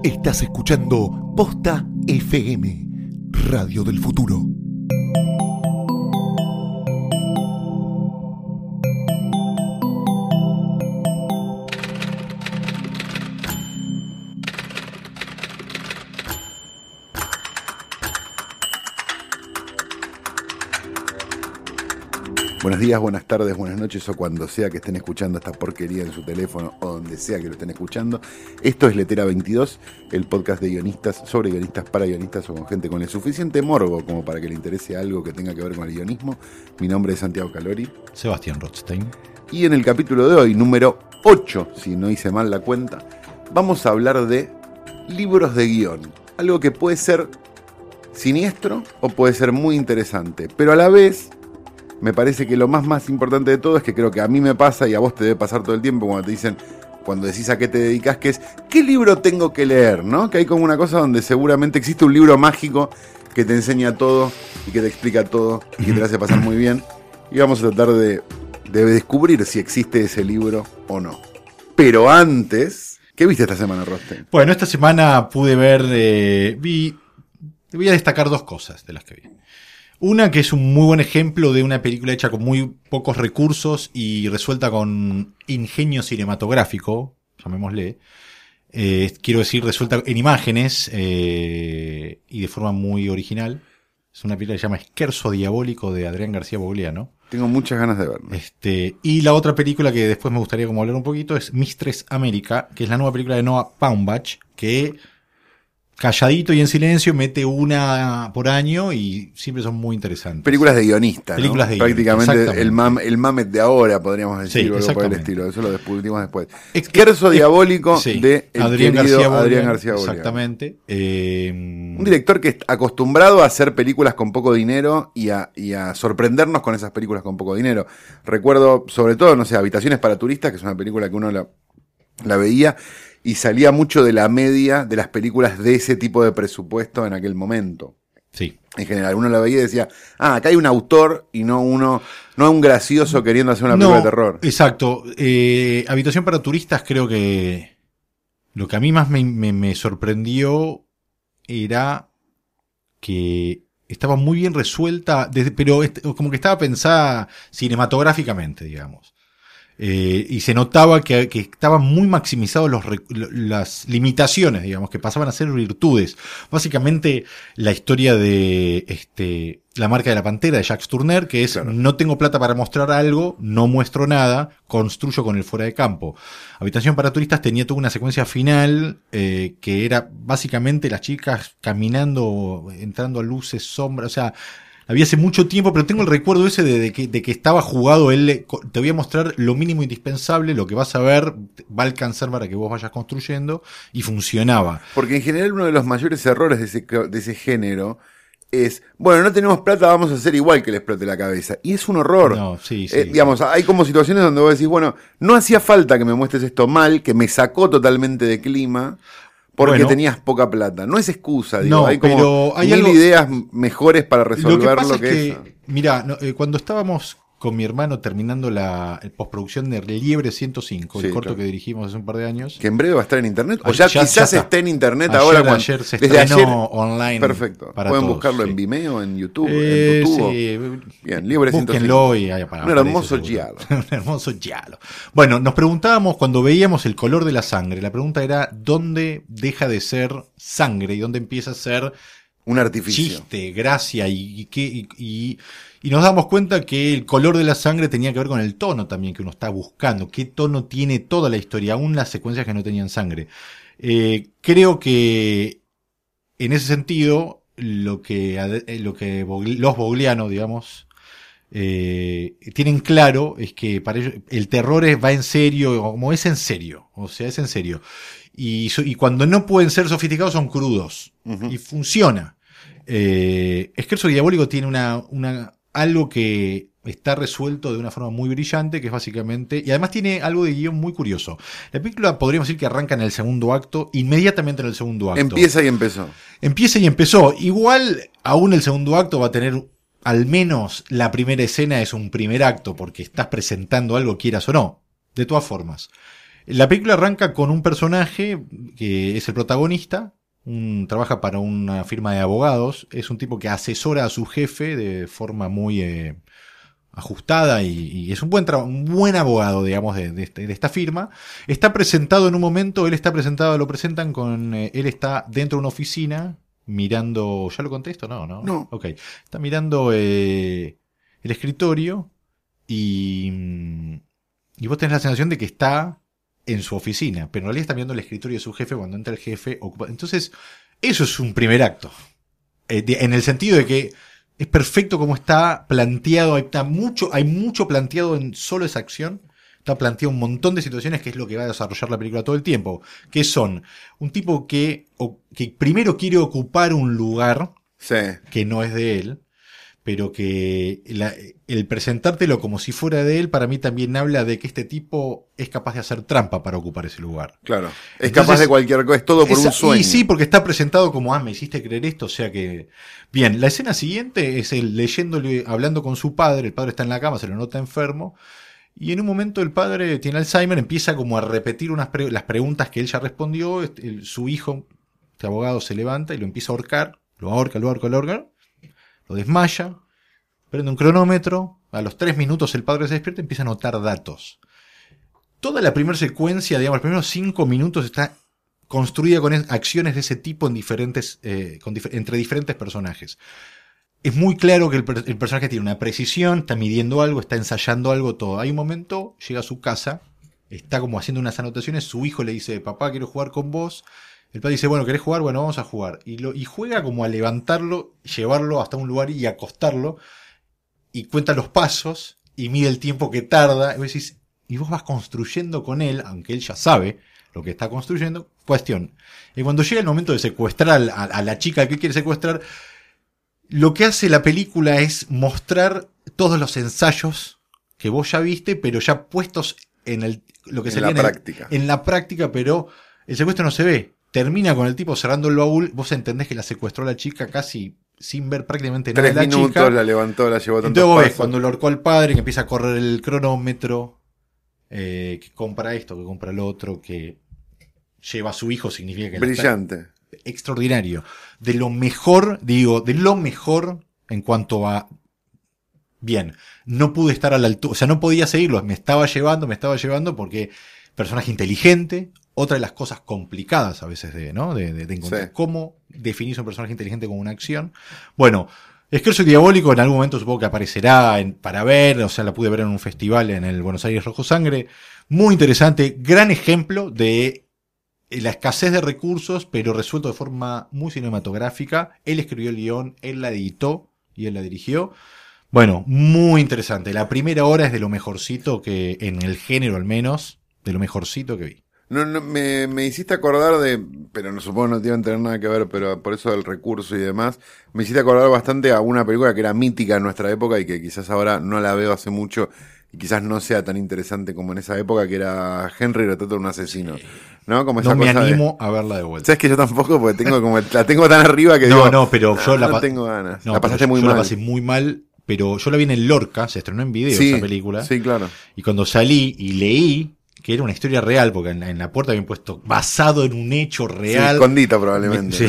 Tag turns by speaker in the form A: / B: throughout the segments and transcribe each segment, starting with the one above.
A: Estás escuchando Posta FM, Radio del Futuro. Buenos días, buenas tardes, buenas noches o cuando sea que estén escuchando esta porquería en su teléfono o donde sea que lo estén escuchando. Esto es Letera 22, el podcast de guionistas, sobre guionistas, para guionistas o con gente con el suficiente morbo como para que le interese algo que tenga que ver con el guionismo. Mi nombre es Santiago Calori.
B: Sebastián Rothstein.
A: Y en el capítulo de hoy, número 8, si no hice mal la cuenta, vamos a hablar de libros de guión. Algo que puede ser siniestro o puede ser muy interesante, pero a la vez me parece que lo más importante de todo es que creo que a mí me pasa y a vos te debe pasar todo el tiempo cuando te dicen, cuando decís a qué te dedicas, que es ¿qué libro tengo que leer? ¿No? Que hay como una cosa donde seguramente existe un libro mágico que te enseña todo y que te explica todo y que te lo hace pasar muy bien. Y vamos a tratar de descubrir si existe ese libro o no. Pero antes, ¿qué viste esta semana, Rothstein?
B: Bueno, esta semana pude ver, voy a destacar dos cosas de las que vi. Una que es un muy buen ejemplo de una película hecha con muy pocos recursos y resuelta con ingenio cinematográfico, llamémosle. Quiero decir, resuelta en imágenes y de forma muy original. Es una película que se llama Scherzo Diabólico de Adrián García Bogliano.
A: Tengo muchas ganas de verla.
B: Y la otra película que después me gustaría como hablar un poquito es Mistress America, que es la nueva película de Noah Baumbach, que calladito y en silencio mete una por año y siempre son muy interesantes.
A: Películas de guionistas,
B: películas,
A: ¿no?
B: de
A: prácticamente el Mamet de ahora, podríamos decir, o algo por el estilo. Eso lo discutimos después. Scherzo Diabólico de el Adrián García Bogliano.
B: Exactamente.
A: Un director que está acostumbrado a hacer películas con poco dinero y a sorprendernos con esas películas con poco dinero. Recuerdo, sobre todo, no sé, Habitaciones para Turistas, que es una película que uno la veía y salía mucho de la media de las películas de ese tipo de presupuesto en aquel momento.
B: Sí.
A: En general, uno la veía y decía, acá hay un autor y no un gracioso queriendo hacer una película de terror.
B: Exacto. Habitación para Turistas, creo que lo que a mí más me sorprendió era que estaba muy bien resuelta, pero como que estaba pensada cinematográficamente, digamos. Y se notaba que estaban muy maximizados las limitaciones, digamos, que pasaban a ser virtudes. Básicamente, la historia de La marca de la pantera de Jacques Tourneur, que es, claro, no tengo plata para mostrar algo, no muestro nada, construyo con el fuera de campo. Habitación para Turistas tenía toda una secuencia final, que era básicamente las chicas caminando, entrando a luces, sombras, o sea, había hace mucho tiempo, pero tengo el recuerdo ese de que estaba jugado él. Te voy a mostrar lo mínimo indispensable, lo que vas a ver va a alcanzar para que vos vayas construyendo, y funcionaba.
A: Porque en general uno de los mayores errores de ese género es, bueno, no tenemos plata, vamos a hacer igual que le explote la cabeza. Y es un horror.
B: No, sí.
A: Digamos, hay como situaciones donde vos decís, bueno, no hacía falta que me muestres esto mal, que me sacó totalmente de clima, porque tenías poca plata. No es excusa, digo.
B: No,
A: hay como mil ideas mejores para resolverlo que esa.
B: Mirá, cuando estábamos con mi hermano terminando la postproducción de Liebre 105, el corto que dirigimos hace un par de años.
A: Que en breve va a estar en internet, o ya quizás esté en internet
B: ayer se estrenó online.
A: Perfecto.
B: Para
A: pueden
B: todos,
A: buscarlo en Vimeo, en YouTube, en YouTube.
B: Sí.
A: Bien, Liebre 105.
B: Búsquenlo y
A: un hermoso giallo.
B: Un hermoso giallo. Bueno, nos preguntábamos cuando veíamos el color de la sangre, la pregunta era ¿dónde deja de ser sangre y dónde empieza a ser
A: un artificio,
B: chiste, gracia y nos damos cuenta que el color de la sangre tenía que ver con el tono también que uno está buscando, qué tono tiene toda la historia, aún las secuencias que no tenían sangre. Creo que en ese sentido lo que los Bogliano, digamos, tienen claro es que para ellos el terror va en serio, como es en serio, o sea, es en serio. Y cuando no pueden ser sofisticados son crudos. Uh-huh. Y funciona. Scherzo Diabólico tiene algo que está resuelto de una forma muy brillante, que es básicamente, y además tiene algo de guión muy curioso. La película podríamos decir que arranca en el segundo acto, inmediatamente en el segundo acto.
A: Empieza y empezó.
B: Igual, aún el segundo acto va a tener, al menos la primera escena es un primer acto, porque estás presentando algo, quieras o no. De todas formas. La película arranca con un personaje que es el protagonista, trabaja para una firma de abogados, es un tipo que asesora a su jefe de forma muy ajustada y es un buen abogado, digamos, de esta firma. Está presentado en un momento, lo presentan con, él está dentro de una oficina mirando, ¿ya lo conté esto? No. Ok. Está mirando el escritorio y vos tenés la sensación de que está en su oficina, pero en realidad está mirando el escritorio de su jefe cuando entra el jefe ocupa. Entonces, eso es un primer acto. En el sentido de que es perfecto como está planteado, hay mucho planteado en solo esa acción. Está planteado un montón de situaciones que es lo que va a desarrollar la película todo el tiempo. Que son un tipo que primero quiere ocupar un lugar que no es de él, pero que el presentártelo como si fuera de él, para mí también habla de que este tipo es capaz de hacer trampa para ocupar ese lugar.
A: Claro. Es capaz de cualquier cosa, es todo por un sueño.
B: Y sí, porque está presentado como, me hiciste creer esto, o sea que... Bien, la escena siguiente es él leyéndole, hablando con su padre, el padre está en la cama, se lo nota enfermo, y en un momento el padre tiene Alzheimer, empieza como a repetir las preguntas que él ya respondió, su hijo, este abogado, se levanta y lo empieza a ahorcar, lo ahorca, lo desmaya, prende un cronómetro, a los 3 minutos el padre se despierta y empieza a anotar datos. Toda la primera secuencia, digamos, los primeros 5 minutos está construida con acciones de ese tipo en entre diferentes personajes. Es muy claro que el personaje tiene una precisión, está midiendo algo, está ensayando algo, todo. Hay un momento, llega a su casa, está como haciendo unas anotaciones, su hijo le dice, papá, quiero jugar con vos. El padre dice, bueno, ¿querés jugar? Bueno, vamos a jugar. Y juega como a levantarlo, llevarlo hasta un lugar y acostarlo. Y cuenta los pasos y mide el tiempo que tarda. Y vos vas construyendo con él, aunque él ya sabe lo que está construyendo. Cuestión. Y cuando llega el momento de secuestrar a la chica que quiere secuestrar, lo que hace la película es mostrar todos los ensayos que vos ya viste, pero ya puestos en lo que sería en la práctica, pero el secuestro no se ve. Termina con el tipo cerrando el baúl, vos entendés que la secuestró a la chica casi sin ver prácticamente nada de la chica.
A: 3 minutos, la levantó, la llevó tantos
B: pasos. Entonces vos ves
A: cuando
B: lo ahorcó al padre, que empieza a correr el cronómetro, que compra esto, que compra lo otro, que lleva a su hijo, significa que...
A: Brillante.
B: Extraordinario. De lo mejor en cuanto a... Bien, no pude estar a la altura, o sea, no podía seguirlo, me estaba llevando porque personaje inteligente. Otra de las cosas complicadas a veces de encontrar cómo definís un personaje inteligente con una acción. Bueno, Scherzo Diabólico en algún momento supongo que aparecerá para ver, o sea, la pude ver en un festival en el Buenos Aires Rojo Sangre. Muy interesante, gran ejemplo de la escasez de recursos, pero resuelto de forma muy cinematográfica. Él escribió el guión, él la editó y él la dirigió. Bueno, muy interesante. La primera hora es de lo mejorcito que, en el género al menos, de lo mejorcito que vi.
A: No, me hiciste acordar pero no supongo no tienen tener nada que ver, pero por eso del recurso y demás, me hiciste acordar bastante a una película que era mítica en nuestra época y que quizás ahora no la veo hace mucho y quizás no sea tan interesante como en esa época, que era Henry retrato de un asesino, ¿no? Como esa
B: no me
A: cosa
B: animo a verla de vuelta.
A: ¿Sabes que yo tampoco? Porque la tengo tan arriba que
B: pero yo
A: no tengo ganas.
B: No,
A: la pasaste muy mal.
B: Yo la pasé muy mal, pero yo la vi en el Lorca, se estrenó en video esa película.
A: Sí, claro.
B: Y cuando salí y leí que era una historia real, porque en la puerta habían puesto basado en un hecho real.
A: Sí, escondita probablemente.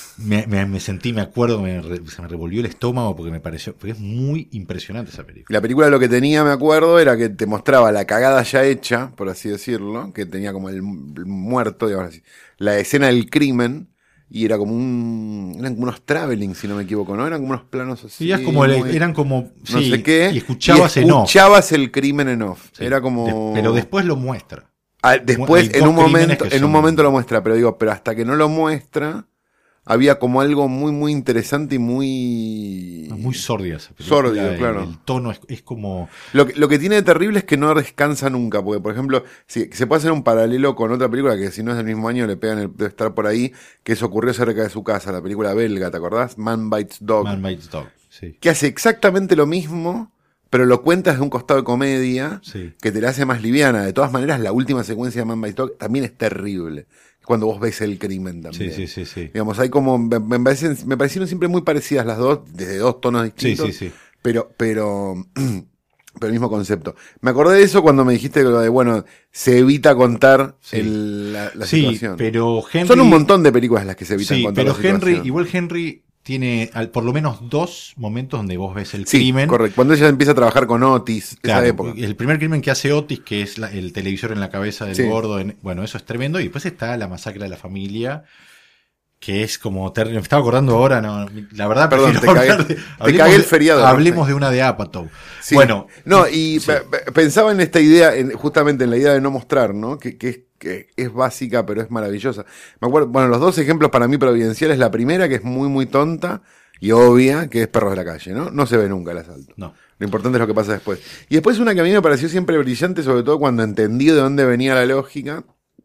B: Me sentí, me acuerdo, se me revolvió el estómago porque me pareció, porque es muy impresionante esa película.
A: La película lo que tenía, me acuerdo, era que te mostraba la cagada ya hecha, por así decirlo, que tenía como el muerto, digamos así, la escena del crimen. Y era como eran como unos traveling, si no me equivoco, ¿no? Eran como unos planos así.
B: Sí, eran como,
A: no sé qué.
B: Y escuchabas
A: el crimen en off. Sí, era como...
B: pero después lo muestra.
A: Después, en un momento lo muestra, pero hasta que no lo muestra, había como algo muy, muy interesante y muy...
B: Muy sórdido.
A: Sórdido, claro.
B: El tono es como...
A: Lo que tiene de terrible es que no descansa nunca, porque, por ejemplo, si se puede hacer un paralelo con otra película que si no es del mismo año le pegan debe estar por ahí, que eso ocurrió cerca de su casa, la película belga, ¿te acordás? Man Bites Dog.
B: Man Bites Dog, sí.
A: Que hace exactamente lo mismo, pero lo cuentas de un costado de comedia, que te la hace más liviana. De todas maneras, la última secuencia de Man Bites Dog también es terrible. Cuando vos ves el crimen también.
B: Sí.
A: Digamos, hay como, me parecieron siempre muy parecidas las dos, desde dos tonos distintos.
B: Sí.
A: Pero Pero el mismo concepto. Me acordé de eso cuando me dijiste lo de, bueno, se evita contar
B: Sí.
A: la
B: Sí,
A: situación.
B: pero Henry...
A: Son un montón de películas las que se evitan
B: Sí,
A: contar
B: pero
A: la situación.
B: igual Henry tiene por lo menos 2 momentos donde vos ves el
A: Sí,
B: crimen.
A: correcto. Cuando ella empieza a trabajar con Otis,
B: Claro,
A: esa época.
B: el primer crimen que hace Otis, que es el televisor en la cabeza del
A: Sí.
B: gordo, bueno, eso es tremendo. Y después está la masacre de la familia, que es como terrible. Me estaba acordando ahora, no, la verdad,
A: Perdón,
B: prefiero
A: te cagué-
B: hablar de-
A: te
B: hablemos
A: cagué el
B: de-
A: feriado, ¿no?
B: Hablemos de una de Apatow.
A: Sí.
B: Bueno.
A: No, y
B: sí.
A: pensaba en esta idea, justamente en la idea de no mostrar, ¿no? Que es básica, pero es maravillosa. Me acuerdo, bueno, los dos ejemplos para mí providenciales, la primera, que es muy, muy tonta y obvia, que es Perros de la Calle, ¿no? No se ve nunca el asalto.
B: No.
A: Lo importante es lo que pasa después. Y después una que a mí me pareció siempre brillante, sobre todo cuando entendí de dónde venía la lógica,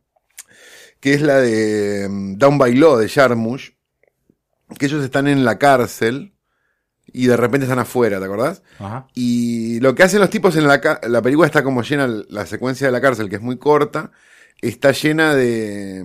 A: que es la de Down by Law de Jarmusch, que ellos están en la cárcel y de repente están afuera, ¿te acordás?
B: Ajá.
A: Y lo que hacen los tipos en la película está como llena, la secuencia de la cárcel, que es muy corta, está llena de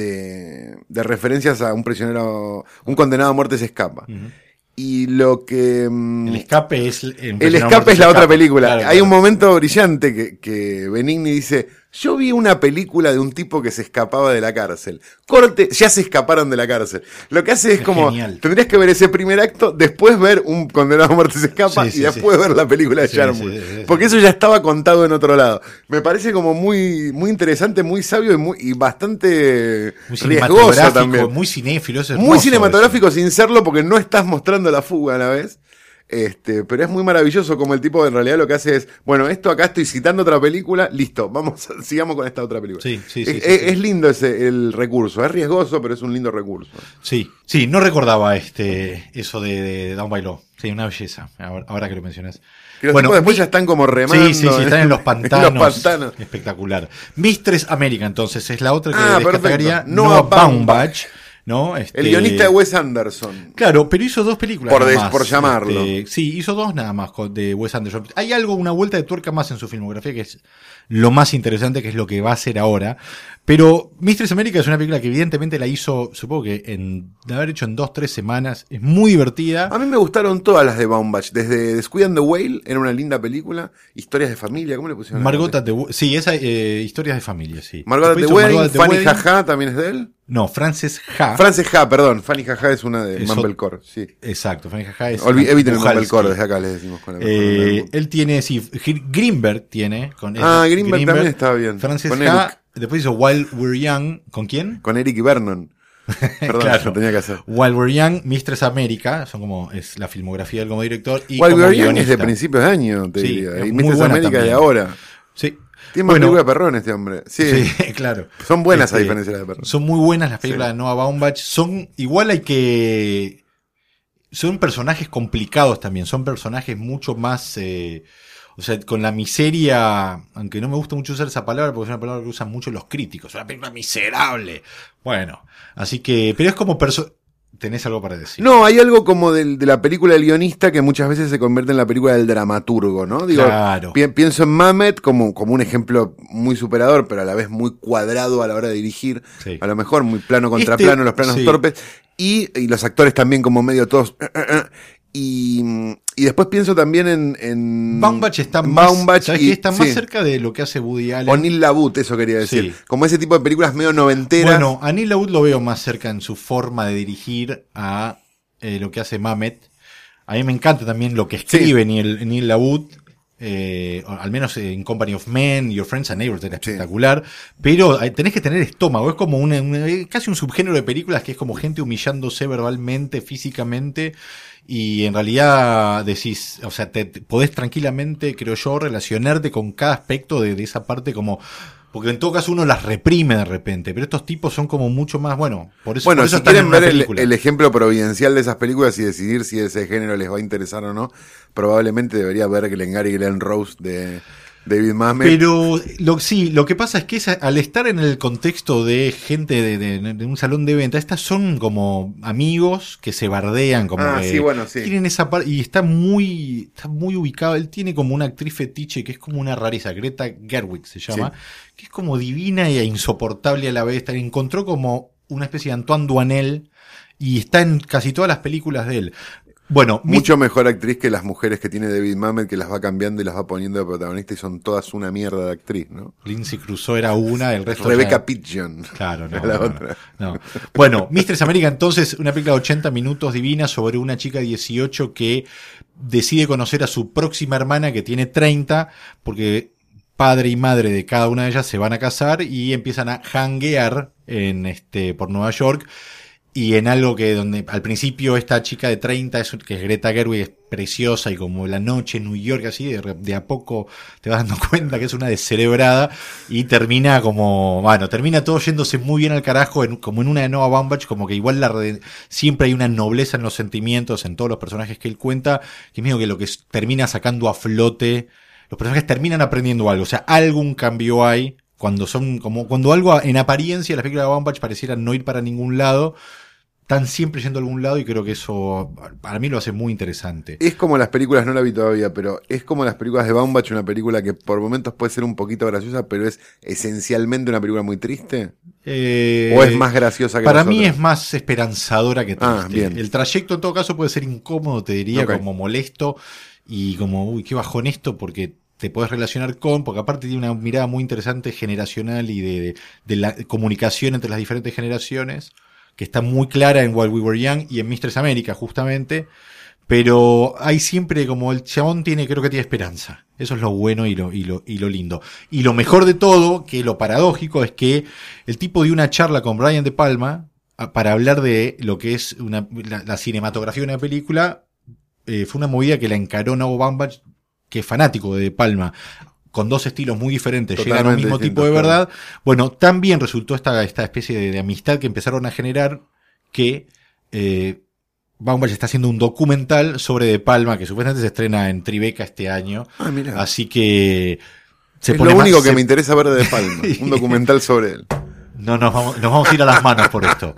A: referencias a un prisionero, un condenado a muerte se escapa.
B: Ujú.
A: Y lo que...
B: El escape es...
A: El escape es la otra película.
B: Claro,
A: Hay
B: claro.
A: un momento brillante que Benigni dice, yo vi una película de un tipo que se escapaba de la cárcel. Corte, ya se escaparon de la cárcel. Lo que hace es como,
B: genial.
A: tendrías que ver ese primer acto, después ver un condenado a muerte se escapa
B: Sí,
A: y
B: sí,
A: después ver la película de
B: Sí,
A: Jarmusch.
B: sí, sí, sí.
A: Porque eso ya estaba contado en otro lado. Me parece como muy, muy interesante, muy sabio y bastante
B: Muy
A: riesgoso
B: cinematográfico,
A: también.
B: muy cinéfilo. Es
A: Muy
B: hermoso
A: cinematográfico
B: eso.
A: sin serlo porque no estás mostrando la fuga a la vez. Pero es muy maravilloso como el tipo en realidad lo que hace es, bueno, esto acá estoy citando otra película, listo, sigamos con esta otra película.
B: Sí, sí,
A: es,
B: sí,
A: es
B: sí.
A: lindo el recurso, es riesgoso, pero es un lindo recurso.
B: Sí, no recordaba eso de Down by Law. Sí, una belleza, ahora que lo mencionas.
A: Que los tipos después ya están como remando.
B: Sí, están en los pantanos.
A: en los pantanos.
B: Espectacular. Mistress America, entonces, es la otra que
A: perfecto.
B: rescataría.
A: Noah
B: Baumbach, ¿no?
A: El guionista de Wes Anderson.
B: Claro, pero hizo 2 películas
A: Por
B: nada más.
A: por llamarlo.
B: Sí, hizo 2 nada más de Wes Anderson. Hay una vuelta de tuerca más en su filmografía que es lo más interesante, que es lo que va a hacer ahora. Pero Mistress America es una película que evidentemente la hizo, supongo que de haber hecho en 2-3 semanas. Es muy divertida.
A: A mí me gustaron todas las de Baumbach. Desde The Squid and the Whale, era una linda película. Historias de familia, ¿cómo le pusieron?
B: Margot at the sí, esa historias de familia, sí.
A: Margot at the
B: Después hizo
A: Wedding,
B: Margot at the
A: Fanny
B: Wedding.
A: Jaja también es de él.
B: No, Frances Ha.
A: Frances Ha, perdón. Fanny Jaja es una de
B: Eso-
A: Mumblecore, sí.
B: Exacto, Frances Ha es
A: Eviten el
B: Bujalski.
A: Mumblecore, desde acá les decimos con el
B: Él tiene, sí, Greenberg tiene.
A: Greenberg también estaba bien.
B: Frances
A: Con
B: Ha.
A: Eric.
B: Después hizo While We're Young. ¿Con quién?
A: Con Eric y Vernon. Perdón,
B: Claro.
A: lo tenía que hacer.
B: While We're Young, Mistress America. Es la filmografía de él como director. Y
A: Wild
B: como
A: We're Young es de
B: guionista.
A: principios de año, te
B: Sí,
A: diría.
B: es
A: Y
B: muy
A: Mrs.
B: buena
A: América de
B: también.
A: ahora.
B: Sí.
A: Tiene más película de perrón este hombre. Sí,
B: Sí, claro.
A: son buenas a diferencia de las de perrón.
B: Son muy buenas las películas
A: Sí.
B: de Noah Baumbach. Son personajes complicados también. Son personajes mucho más, o sea, con la miseria, aunque no me gusta mucho usar esa palabra porque es una palabra que usan mucho los críticos. Una película miserable. Bueno, así que, pero es como ¿tenés algo para decir?
A: No, hay algo como de la película del guionista que muchas veces se convierte en la película del dramaturgo, ¿no? Digo,
B: Claro.
A: pienso en Mamet como un ejemplo muy superador, pero a la vez muy cuadrado a la hora de dirigir.
B: Sí.
A: A lo mejor muy plano contra plano, los planos
B: sí.
A: torpes. Y los actores también como medio todos... Y después pienso también en
B: Baumbach está
A: Baumbach
B: ¿sabes
A: y-
B: qué? Está más
A: sí.
B: cerca de lo que hace Woody Allen.
A: O Neil LaBute, eso quería decir.
B: Sí.
A: Como ese tipo de películas medio noventeras.
B: Bueno, a Neil LaBute lo veo más cerca en su forma de dirigir a lo que hace Mamet. A mí me encanta también lo que escribe Neil LaBute. O al menos en Company of Men, Your Friends and Neighbors era espectacular. Pero tenés que tener estómago. Es como casi un subgénero de películas que es como gente humillándose verbalmente, físicamente. Y en realidad decís, o sea, te podés tranquilamente, creo yo, relacionarte con cada aspecto de esa parte como... Porque en todo caso uno las reprime de repente, pero estos tipos son como mucho más, por eso
A: Bueno,
B: por eso
A: si
B: están en
A: quieren
B: una
A: ver
B: película.
A: el ejemplo providencial de esas películas y decidir si ese género les va a interesar o no, probablemente debería ver Glengarry y Glen Rose de David Mamet.
B: Pero lo que pasa es que al estar en el contexto de gente de un salón de venta, estas son como amigos que se bardean, como que
A: sí, bueno, sí.
B: tienen esa parte y está muy ubicado. Él tiene como una actriz fetiche que es como una rareza, Greta Gerwig se llama, que es como divina e insoportable a la vez. Encontró como una especie de Antoine Duanel y está en casi todas las películas de él. Bueno,
A: mucho mejor actriz que las mujeres que tiene David Mamet, que las va cambiando y las va poniendo de protagonista y son todas una mierda de actriz, ¿no?
B: Lindsay Crusoe era una, el resto
A: Rebecca Pidgeon.
B: Claro, no,
A: la
B: no,
A: otra.
B: no. Bueno, Mistress América entonces, una película de 80 minutos divina sobre una chica de 18 que decide conocer a su próxima hermana que tiene 30, porque padre y madre de cada una de ellas se van a casar y empiezan a janguear por Nueva York. Y en algo que donde al principio esta chica de 30, que es Greta Gerwig, es preciosa y como la noche en New York, así, de a poco te vas dando cuenta que es una descerebrada y termina termina todo yéndose muy bien al carajo, como en una de Noah Baumbach, como que igual siempre hay una nobleza en los sentimientos, en todos los personajes que él cuenta, que es medio que lo que termina sacando a flote, los personajes terminan aprendiendo algo, o sea, algún cambio hay, cuando algo en apariencia las películas de Baumbach parecieran no ir para ningún lado, están siempre yendo a algún lado y creo que eso para mí lo hace muy interesante.
A: Es como las películas, no la vi todavía, pero es como las películas de Baumbach, una película que por momentos puede ser un poquito graciosa, pero es esencialmente una película muy triste. ¿O es más graciosa que
B: para
A: las
B: mí
A: otras?
B: es más esperanzadora que triste.
A: Bien.
B: El trayecto en todo caso puede ser incómodo, te diría, como molesto y como, uy, qué bajón esto, porque te puedes relacionar porque aparte tiene una mirada muy interesante generacional y de la comunicación entre las diferentes generaciones, que está muy clara en While We Were Young y en Mistress America, justamente, pero hay siempre como el chabón creo que tiene esperanza. Eso es lo bueno y lo lindo. Y lo mejor de todo, que lo paradójico, es que el tipo dio una charla con Brian De Palma para hablar de lo que es la cinematografía de una película. Fue una movida que la encaró Noah Baumbach, que es fanático de De Palma, con dos estilos muy diferentes, llegan a un mismo tipo de verdad. Bueno, también resultó esta especie de amistad que empezaron a generar, que Baumbach está haciendo un documental sobre De Palma, que supuestamente se estrena en Tribeca este año.
A: Mira.
B: Así que
A: es lo único que me interesa ver de De Palma, un documental sobre él.
B: No, nos vamos a ir a las manos por esto.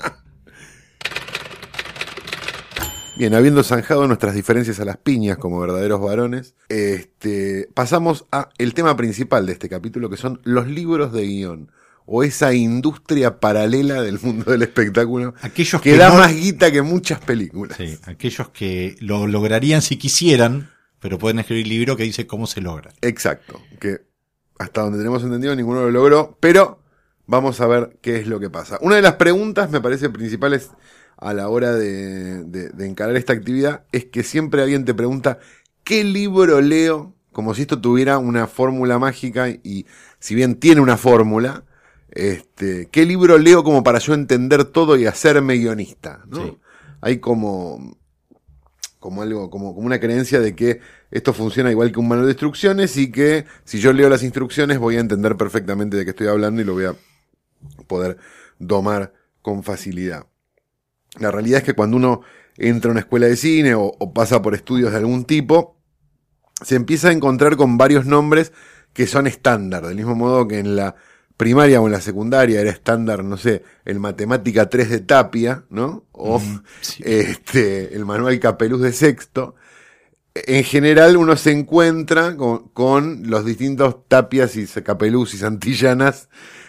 A: Bien, habiendo zanjado nuestras diferencias a las piñas como verdaderos varones, pasamos a el tema principal de este capítulo, que son los libros de guión, o esa industria paralela del mundo del espectáculo,
B: aquellos
A: que da más guita que muchas películas.
B: Sí, aquellos que lo lograrían si quisieran, pero pueden escribir libro que dice cómo se logra.
A: Exacto, que hasta donde tenemos entendido ninguno lo logró, pero vamos a ver qué es lo que pasa. Una de las preguntas, me parece, principales a la hora de encarar esta actividad, es que siempre alguien te pregunta ¿qué libro leo? Como si esto tuviera una fórmula mágica, y si bien tiene una fórmula, ¿qué libro leo como para yo entender todo y hacerme guionista? ¿No? Sí. Hay como algo, como una creencia de que esto funciona igual que un manual de instrucciones, y que si yo leo las instrucciones voy a entender perfectamente de qué estoy hablando y lo voy a poder domar con facilidad. La realidad es que cuando uno entra a una escuela de cine o pasa por estudios de algún tipo, se empieza a encontrar con varios nombres que son estándar. Del mismo modo que en la primaria o en la secundaria era estándar, no sé, el Matemática 3 de Tapia, ¿no? O sí. El Manual Capeluz de sexto. En general uno se encuentra con los distintos Tapias y Capeluz y Santillanas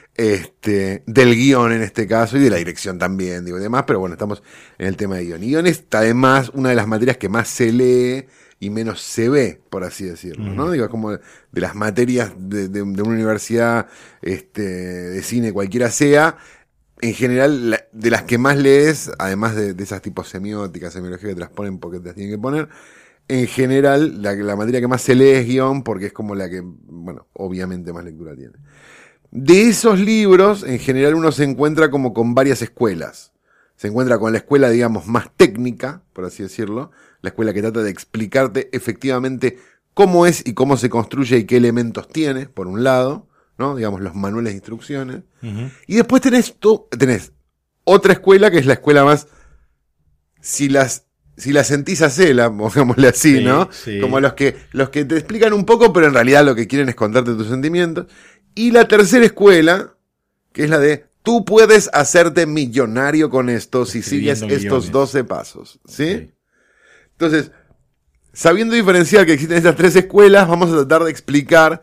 A: del guión en este caso, y de la dirección también, digo, y demás, pero bueno, estamos en el tema de guión. Y guión es además una de las materias que más se lee y menos se ve, por así decirlo, ¿no? Digo, es como de las materias de una universidad de cine, cualquiera sea, en general, de las que más lees, además de esas tipos semióticas, semiología, que te las ponen porque te las tienen que poner, en general, la materia que más se lee es guión, porque es como la que, bueno, obviamente más lectura tiene. De esos libros, en general uno se encuentra como con varias escuelas. Se encuentra con la escuela, digamos, más técnica, por así decirlo, la escuela que trata de explicarte efectivamente cómo es y cómo se construye y qué elementos tiene, por un lado, ¿no? Digamos, los manuales de instrucciones. Uh-huh. Y después tenés otra escuela, que es la escuela más, si la sentís, hacela, pongámosle así, sí, ¿no? Sí. Como los que te explican un poco, pero en realidad lo que quieren es contarte tus sentimientos. Y la tercera escuela, que es la de tú puedes hacerte millonario con esto si sigues estos 12 pasos, ¿sí? Entonces, sabiendo diferenciar que existen estas tres escuelas, vamos a tratar de explicar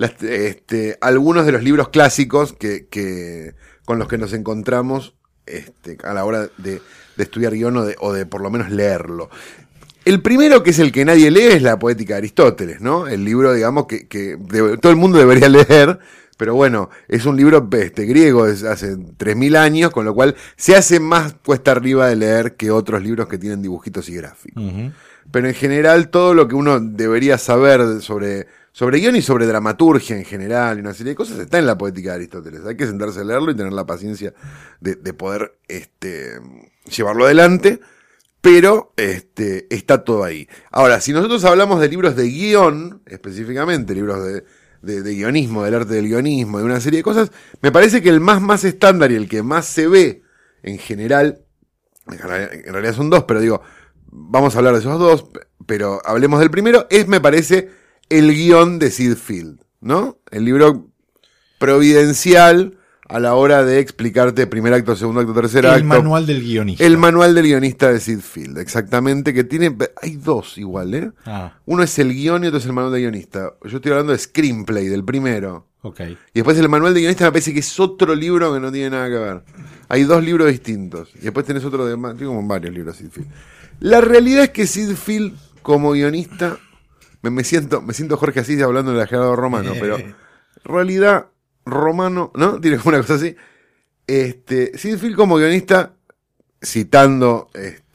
A: algunos de los libros clásicos que con los que nos encontramos a la hora de estudiar guión o de por lo menos leerlo. El primero, que es el que nadie lee, es la Poética de Aristóteles, ¿no? El libro, digamos, que todo el mundo debería leer, pero bueno, es un libro griego desde hace 3000 años, con lo cual se hace más cuesta arriba de leer que otros libros que tienen dibujitos y gráficos.
B: Uh-huh.
A: Pero en general, todo lo que uno debería saber sobre guión y sobre dramaturgia en general, y una serie de cosas, está en la Poética de Aristóteles. Hay que sentarse a leerlo y tener la paciencia de poder llevarlo adelante. Pero está todo ahí. Ahora, si nosotros hablamos de libros de guión, específicamente, libros de guionismo, del arte del guionismo, de una serie de cosas, me parece que el más estándar y el que más se ve en general, en realidad son dos, pero digo, vamos a hablar de esos dos, pero hablemos del primero, me parece, el guión de Sid Field, ¿no? El libro providencial a la hora de explicarte primer acto, segundo acto, tercer acto.
B: El manual del guionista.
A: El manual del guionista de Sid Field, exactamente, que hay dos igual, ¿eh? Uno es el guión y otro es el manual del guionista. Yo estoy hablando de Screenplay, del primero.
B: Okay.
A: Y después el manual del guionista me parece que es otro libro que no tiene nada que ver. Hay dos libros distintos. Y después tenés otro tengo como varios libros de Sid Field. La realidad es que Sid Field, como guionista, me siento Jorge Asís hablando de la Gerardo Romano, pero en realidad Romano, ¿no? Tiene como una cosa así. Sid Field como guionista, citando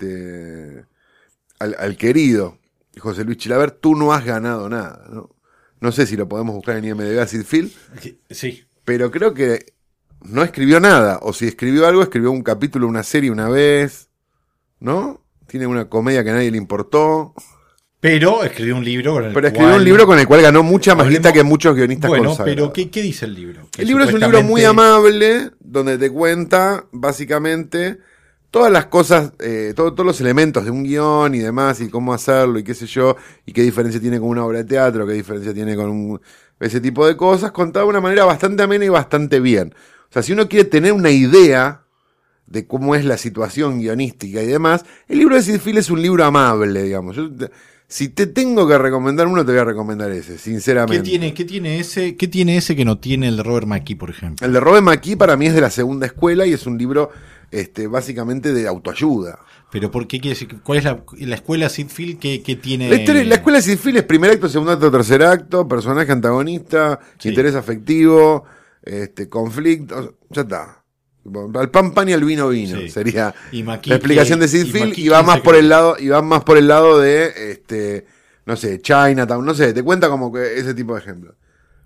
A: al querido José Luis Chilaver, tú no has ganado nada, ¿no? No sé si lo podemos buscar en IMDb a Sid Field.
B: Sí.
A: Pero creo que no escribió nada. O si escribió algo, escribió un capítulo, una serie una vez, ¿no? Tiene una comedia que a nadie le importó.
B: Pero escribió un libro con el
A: cual ganó mucha más guita que muchos guionistas consagrados.
B: Pero ¿qué dice el libro?
A: El libro es un libro muy amable, donde te cuenta, básicamente, todas las cosas, todos los elementos de un guión y demás, y cómo hacerlo, y qué sé yo, y qué diferencia tiene con una obra de teatro, qué diferencia tiene con ese tipo de cosas, contado de una manera bastante amena y bastante bien. O sea, si uno quiere tener una idea de cómo es la situación guionística y demás, el libro de Sid Field es un libro amable, digamos. Si te tengo que recomendar uno, te voy a recomendar ese, sinceramente.
B: ¿Qué tiene ese que no tiene el de Robert McKee, por ejemplo?
A: El de Robert McKee para mí es de la segunda escuela y es un libro básicamente de autoayuda.
B: ¿Pero por qué quiere decir? ¿Cuál es la escuela Sid Field que tiene?
A: La escuela Sid Field es primer acto, segundo acto, tercer acto, personaje antagonista, sí, interés afectivo, conflicto, ya está. Al pan y al vino, sí, sería la explicación de Sid Field, y va más por el lado de no sé, Chinatown, no sé, te cuenta como que ese tipo de ejemplos.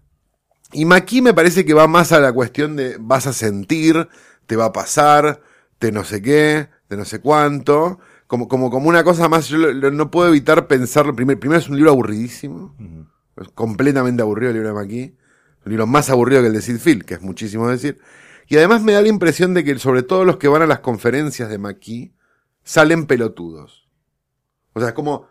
A: Y McKee me parece que va más a la cuestión de vas a sentir, te va a pasar, de no sé qué, de no sé cuánto, como una cosa más. Yo no puedo evitar pensarlo. Primero es un libro aburridísimo, es completamente aburrido el libro de McKee, un libro más aburrido que el de Sid Field, que es muchísimo decir. Y además me da la impresión de que sobre todo los que van a las conferencias de McKee salen pelotudos. O sea, es como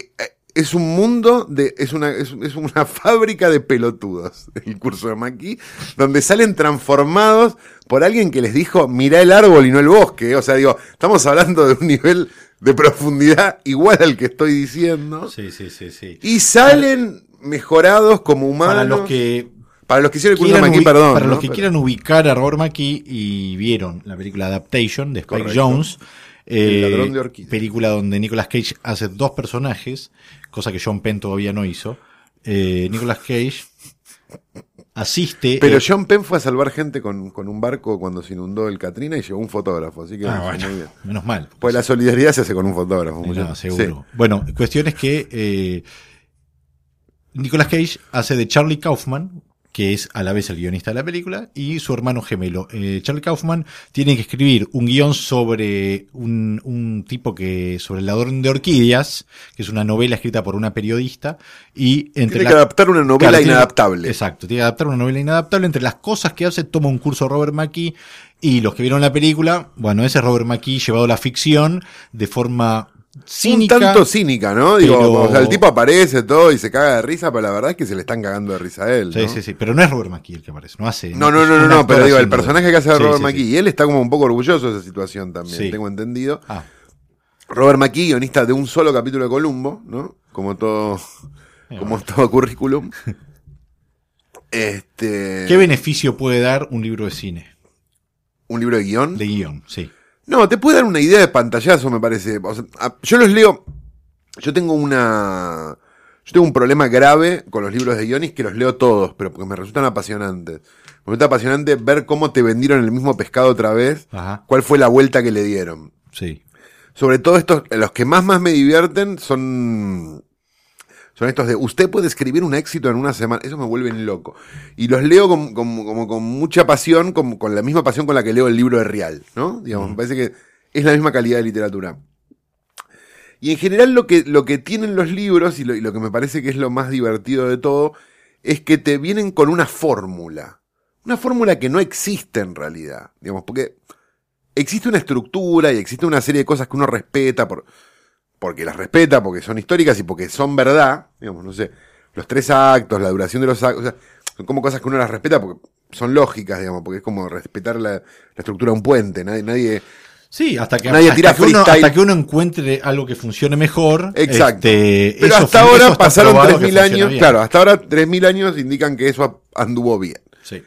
A: es un mundo es una fábrica de pelotudos el curso de McKee, donde salen transformados por alguien que les dijo mirá el árbol y no el bosque. O sea, digo, estamos hablando de un nivel de profundidad igual al que estoy diciendo.
B: Sí.
A: Y salen mejorados como humanos. Para los que hicieron el curso de McKee, perdón.
B: Para los que quieran ubicar a Robert McKee y vieron la película Adaptation de Spike Jonze,
A: El ladrón de orquídeas,
B: película donde Nicolas Cage hace dos personajes, cosa que John Penn todavía no hizo. Nicolas Cage asiste.
A: Pero John Penn fue a salvar gente con un barco cuando se inundó el Katrina y llevó un fotógrafo, así que
B: bueno,
A: muy bien.
B: Menos mal.
A: Pues la solidaridad se hace con un fotógrafo.
B: No, seguro.
A: Sí.
B: Bueno, cuestión es que Nicolas Cage hace de Charlie Kaufman, que es a la vez el guionista de la película, y su hermano gemelo. Charlie Kaufman tiene que escribir un guión sobre un tipo sobre el ladrón de orquídeas, que es una novela escrita por una periodista, y
A: tiene que adaptar una novela inadaptable.
B: Exacto, tiene que adaptar una novela inadaptable. Entre las cosas que hace, toma un curso Robert McKee, y los que vieron la película, bueno, ese es Robert McKee llevado a la ficción de forma cínica,
A: un tanto cínica, ¿no? Digo, o sea, el tipo aparece todo y se caga de risa, pero la verdad es que se le están cagando de risa a él, ¿no?
B: Sí, pero no es Robert McKee el que aparece, no hace.
A: No, pero digo, el personaje que hace Robert McKee, y él está como un poco orgulloso de esa situación también, tengo entendido. Robert McKee, guionista de un solo capítulo de Columbo, ¿no? Como todo currículum.
B: ¿Qué beneficio puede dar un libro de cine?
A: ¿Un libro de guión?
B: De guión, sí.
A: No, te puede dar una idea de pantallazo, me parece. O sea, yo los leo Yo tengo un problema grave con los libros de guion, y es que los leo todos, pero porque me resultan apasionantes. Me resulta apasionante ver cómo te vendieron el mismo pescado otra vez,
B: Ajá.
A: cuál fue la vuelta que le dieron.
B: Sí.
A: Sobre todo estos, los que más me divierten son estos de, usted puede escribir un éxito en una semana. Eso me vuelven loco. Y los leo con mucha pasión, con la misma pasión con la que leo el libro de Rial, ¿no? Digamos, me parece que es la misma calidad de literatura. Y en general lo que tienen los libros, y lo que me parece que es lo más divertido de todo, es que te vienen con una fórmula. Una fórmula que no existe en realidad. Digamos, porque existe una estructura y existe una serie de cosas que uno respeta porque las respeta, porque son históricas y porque son verdad. Digamos, no sé, los 3 actos, la duración de los actos, o sea, son como cosas que uno las respeta porque son lógicas, digamos, porque es como respetar la estructura de un puente. Nadie
B: Sí, hasta que uno encuentre algo que funcione mejor.
A: Exacto. Pero
B: eso
A: hasta ahora
B: eso
A: pasaron 3.000 años.
B: Bien.
A: Claro, hasta ahora 3.000 años indican que eso anduvo bien.
B: Sí.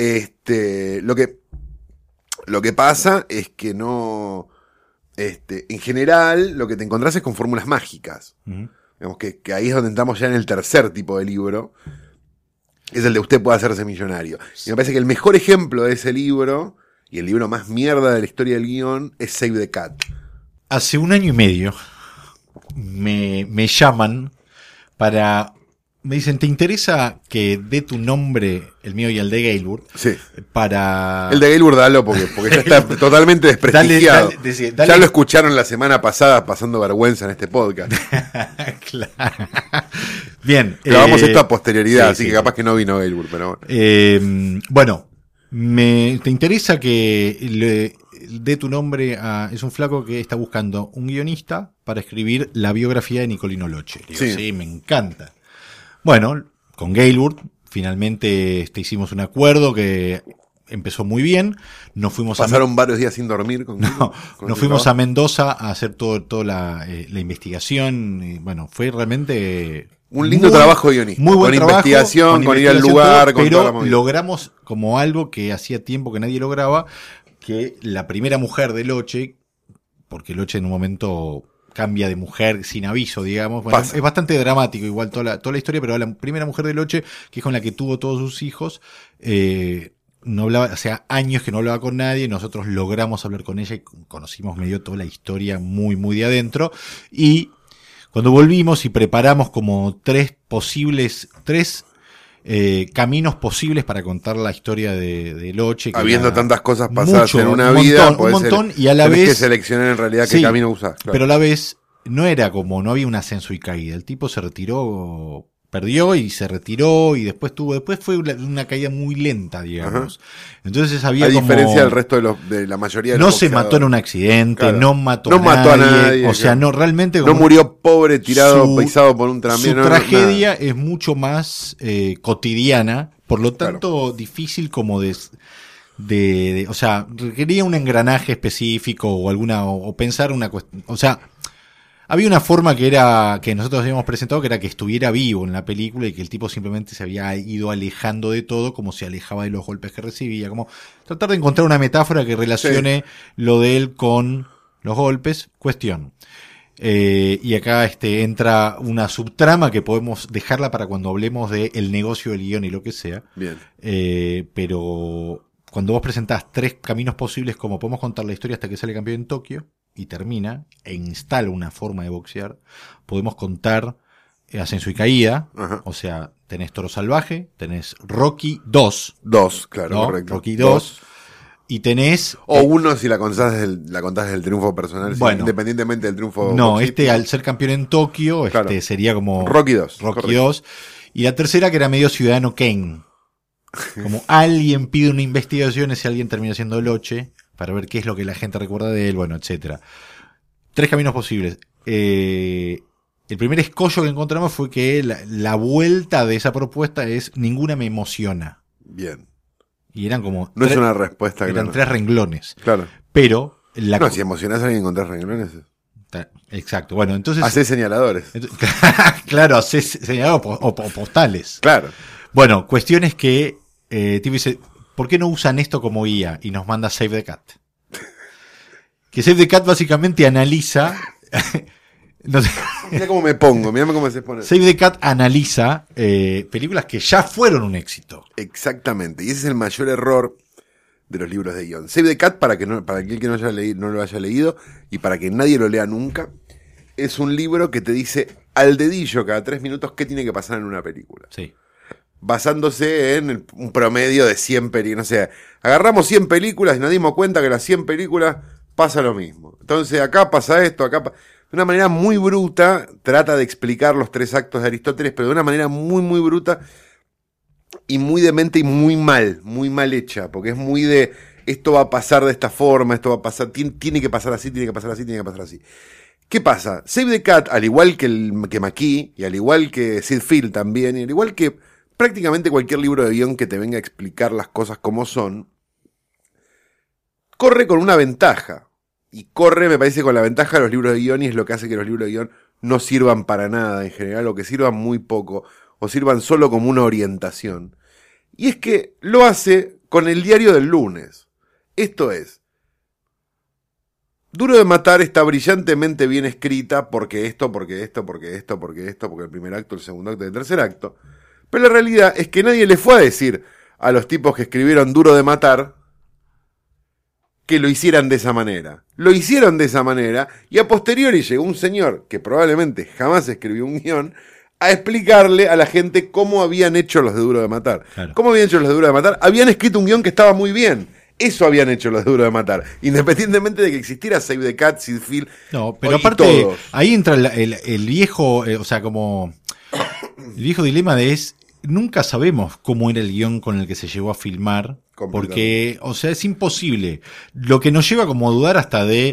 A: Lo que pasa es que no. En general, lo que te encontrás es con fórmulas mágicas.
B: Uh-huh.
A: Digamos que ahí es donde entramos ya en el tercer tipo de libro. Es el de usted puede hacerse millonario. Y me parece que el mejor ejemplo de ese libro, y el libro más mierda de la historia del guión, es Save the Cat.
B: Hace 1 año y medio me llaman para... Me dicen, ¿te interesa que dé tu nombre, el mío y el de Gailwood?
A: Sí.
B: Para...
A: El de Gailwood dalo porque ya está totalmente desprestigiado.
B: Dale.
A: Ya lo escucharon la semana pasada pasando vergüenza en este podcast.
B: Claro. Bien.
A: Grabamos esto a posterioridad,
B: sí,
A: así
B: sí,
A: que capaz que no vino Gailwood, pero
B: bueno. ¿Te interesa que le dé tu nombre a... Es un flaco que está buscando un guionista para escribir la biografía de Nicolino Loche. Digo, sí, me encanta. Bueno, con Gailwood finalmente hicimos un acuerdo que empezó muy bien.
A: Pasaron varios días sin dormir.
B: Nos fuimos a Mendoza a hacer toda la investigación. Y, bueno, fue realmente...
A: Un lindo trabajo guionista.
B: Muy buen
A: con
B: trabajo,
A: investigación, con ir al lugar,
B: todo,
A: con toda la
B: pero logramos como algo que hacía tiempo que nadie lograba, que la primera mujer de Loche, porque Loche en un momento cambia de mujer sin aviso, digamos. Bueno, es bastante dramático igual toda la historia, pero la primera mujer de Loche, que es con la que tuvo todos sus hijos, no hablaba, hacía años que no hablaba con nadie, nosotros logramos hablar con ella y conocimos medio toda la historia muy, muy de adentro. Y cuando volvimos y preparamos como 3 caminos posibles para contar la historia de Loche.
A: Habiendo tantas cosas pasadas en una vida,
B: un montón, y a la vez
A: que seleccionar en realidad qué camino usar. Claro.
B: Pero a la vez no era como, no había un ascenso y caída. El tipo se retiró, perdió y se retiró y después fue una caída muy lenta, digamos. Ajá. Entonces había
A: a diferencia del resto de la mayoría de los
B: no se mató en un accidente, claro. no mató a nadie. O sea,
A: claro.
B: no realmente
A: no murió pobre, tirado, pisado por un tranvía.
B: Su tragedia es mucho más cotidiana, por lo tanto claro. difícil como de o sea, requería un engranaje específico o pensar una cuestión, o sea, había una forma que nosotros habíamos presentado, que era que estuviera vivo en la película y que el tipo simplemente se había ido alejando de todo, como se alejaba de los golpes que recibía, como tratar de encontrar una metáfora que relacione lo de él con los golpes. Cuestión. Y acá entra una subtrama que podemos dejarla para cuando hablemos de el negocio del guión y lo que sea.
A: Bien.
B: Pero cuando vos presentás 3 caminos posibles, como podemos contar la historia hasta que sale campeón en Tokio y termina e instala una forma de boxear, podemos contar ascenso y caída. Ajá. O sea, tenés Toro Salvaje, tenés Rocky 2.
A: 2, claro,
B: ¿no?
A: Correcto.
B: Rocky 2. Y tenés...
A: O uno si la contás desde el triunfo personal,
B: bueno,
A: independientemente del triunfo...
B: No, al ser campeón en Tokio, claro. Sería como...
A: Rocky 2.
B: Rocky 2. Y la tercera que era medio Ciudadano Kane. Como alguien pide una investigación, ese alguien termina siendo Loche, para ver qué es lo que la gente recuerda de él, bueno, etcétera. 3 caminos posibles. El primer escollo que encontramos fue que la vuelta de esa propuesta es ninguna me emociona.
A: Bien.
B: Y eran como...
A: No es una respuesta,
B: eran claro. 3 renglones.
A: Claro.
B: Pero...
A: No, si emocionás a alguien con 3 renglones...
B: Exacto. Bueno, entonces...
A: Hacés señaladores.
B: Claro, hacés señaladores o postales.
A: Claro.
B: Bueno, cuestión es que tipo dice, ¿por qué no usan esto como guía? Y nos manda Save the Cat. Que Save the Cat básicamente analiza No sé.
A: Mira cómo me pongo, mira cómo se pone.
B: Save the Cat analiza películas que ya fueron un éxito.
A: Exactamente, y ese es el mayor error de los libros de guión. Save the Cat, para aquel que no lo haya leído y para que nadie lo lea nunca, es un libro que te dice al dedillo cada 3 minutos qué tiene que pasar en una película.
B: Sí.
A: Basándose en un promedio de 100 películas. O sea, agarramos 100 películas y nos dimos cuenta que las 100 películas pasa lo mismo. Entonces acá pasa esto, de una manera muy bruta, trata de explicar los 3 actos de Aristóteles, pero de una manera muy, muy bruta y muy demente y muy mal hecha, porque es muy de, esto va a pasar de esta forma, esto va a pasar, tiene que pasar así, tiene que pasar así, tiene que pasar así. ¿Qué pasa? Save the Cat, al igual que McKee, y al igual que Sid Field también, y al igual que prácticamente cualquier libro de guión que te venga a explicar las cosas como son, corre con una ventaja. Y corre, me parece, con la ventaja de los libros de guión, y es lo que hace que los libros de guión no sirvan para nada en general, o que sirvan muy poco, o sirvan solo como una orientación. Y es que lo hace con el diario del lunes. Esto es, Duro de Matar está brillantemente bien escrita porque el primer acto, el segundo acto y el tercer acto. Pero la realidad es que nadie le fue a decir a los tipos que escribieron Duro de Matar que lo hicieran de esa manera. Lo hicieron de esa manera y a posteriori llegó un señor que probablemente jamás escribió un guión a explicarle a la gente cómo habían hecho los de Duro de Matar.
B: Claro.
A: ¿Cómo habían hecho los de Duro de Matar? Habían escrito un guión que estaba muy bien. Eso habían hecho los de Duro de Matar. Independientemente de que existiera Save the Cat, Sid Field.
B: No, pero aparte, todos. Ahí entra el viejo, o sea, como el viejo dilema nunca sabemos cómo era el guión con el que se llegó a filmar, porque, o sea, es imposible. Lo que nos lleva como a dudar hasta de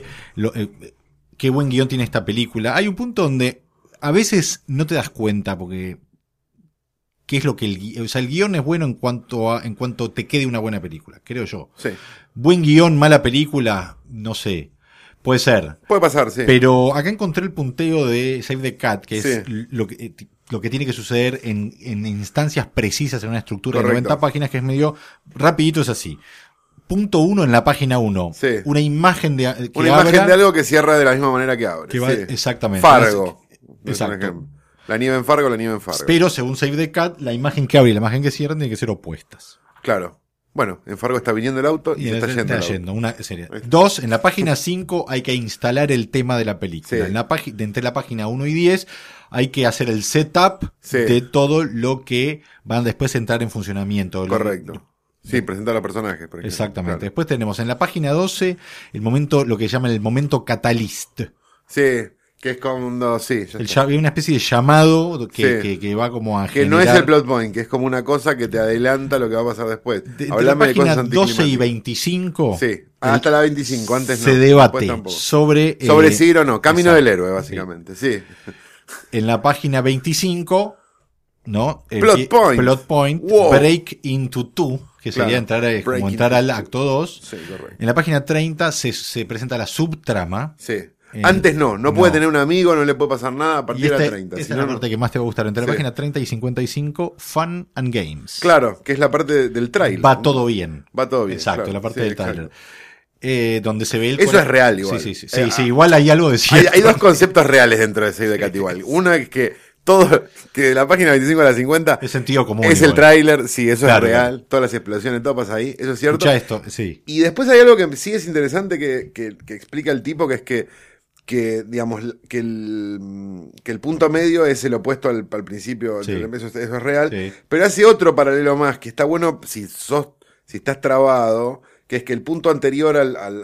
B: qué buen guión tiene esta película. Hay un punto donde a veces no te das cuenta, porque qué es lo que el guión es bueno en cuanto te quede una buena película, creo yo.
A: Sí.
B: Buen guión, mala película, no sé. Puede ser.
A: Puede pasar, sí.
B: Pero acá encontré el punteo de Save the Cat, que
A: sí.
B: es lo que tiene que suceder en instancias precisas en una estructura de 90 páginas, que es medio rapidito, es así. Punto 1 en la página 1.
A: Sí.
B: Una imagen de
A: algo que cierra de la misma manera que abre.
B: Sí. Exactamente.
A: Fargo.
B: Exacto.
A: La nieve en Fargo.
B: Pero según Save the Cat, la imagen que abre y la imagen que cierra tienen que ser opuestas.
A: Claro. Bueno, en Fargo está viniendo el auto y se está yendo.
B: Una serie. 2, en la página 5 hay que instalar el tema de la película. Sí. Entre la página 1 y 10 hay que hacer el setup de todo lo que van después a entrar en funcionamiento.
A: Correcto. Sí, presentar a los personajes, por ejemplo.
B: Exactamente. Claro. Después tenemos en la página 12 lo que llaman el momento catalyst.
A: Sí. Que es como,
B: hay una especie de llamado que va como a
A: que generar... no es el plot point, que es como una cosa que te adelanta lo que va a pasar después.
B: Hablame de cosas 12 y 25.
A: Sí, hasta la 25, antes
B: se debate sobre
A: sí o no, camino del héroe, básicamente, sí.
B: En la página 25, ¿no?
A: Plot point.
B: Wow. Break into two, que sería entrar al acto 2.
A: Sí, correcto.
B: En la página 30 se presenta la subtrama.
A: Sí. Antes no puede tener un amigo, no le puede pasar nada a partir de la 30.
B: Esta es la parte que más te va a gustar. Entre la página 30 y 55, Fun and Games.
A: Claro, que es la parte del tráiler.
B: Va todo bien.
A: Exacto,
B: claro, la parte del tráiler. Donde se ve el...
A: Eso es real igual.
B: Sí, igual hay algo de cierto.
A: Hay dos conceptos reales dentro de Save the Cat igual. Una es que que de la página 25 a la 50
B: es sentido común.
A: Es igual. El tráiler, sí, eso es real. Todas las explosiones, todo pasa ahí, eso es cierto.
B: Escucha esto, sí.
A: Y después hay algo que sí es interesante que explica el tipo, que es que digamos que el punto medio es el opuesto al principio, eso es real, pero hace otro paralelo más que está bueno si estás trabado, que es que el punto anterior a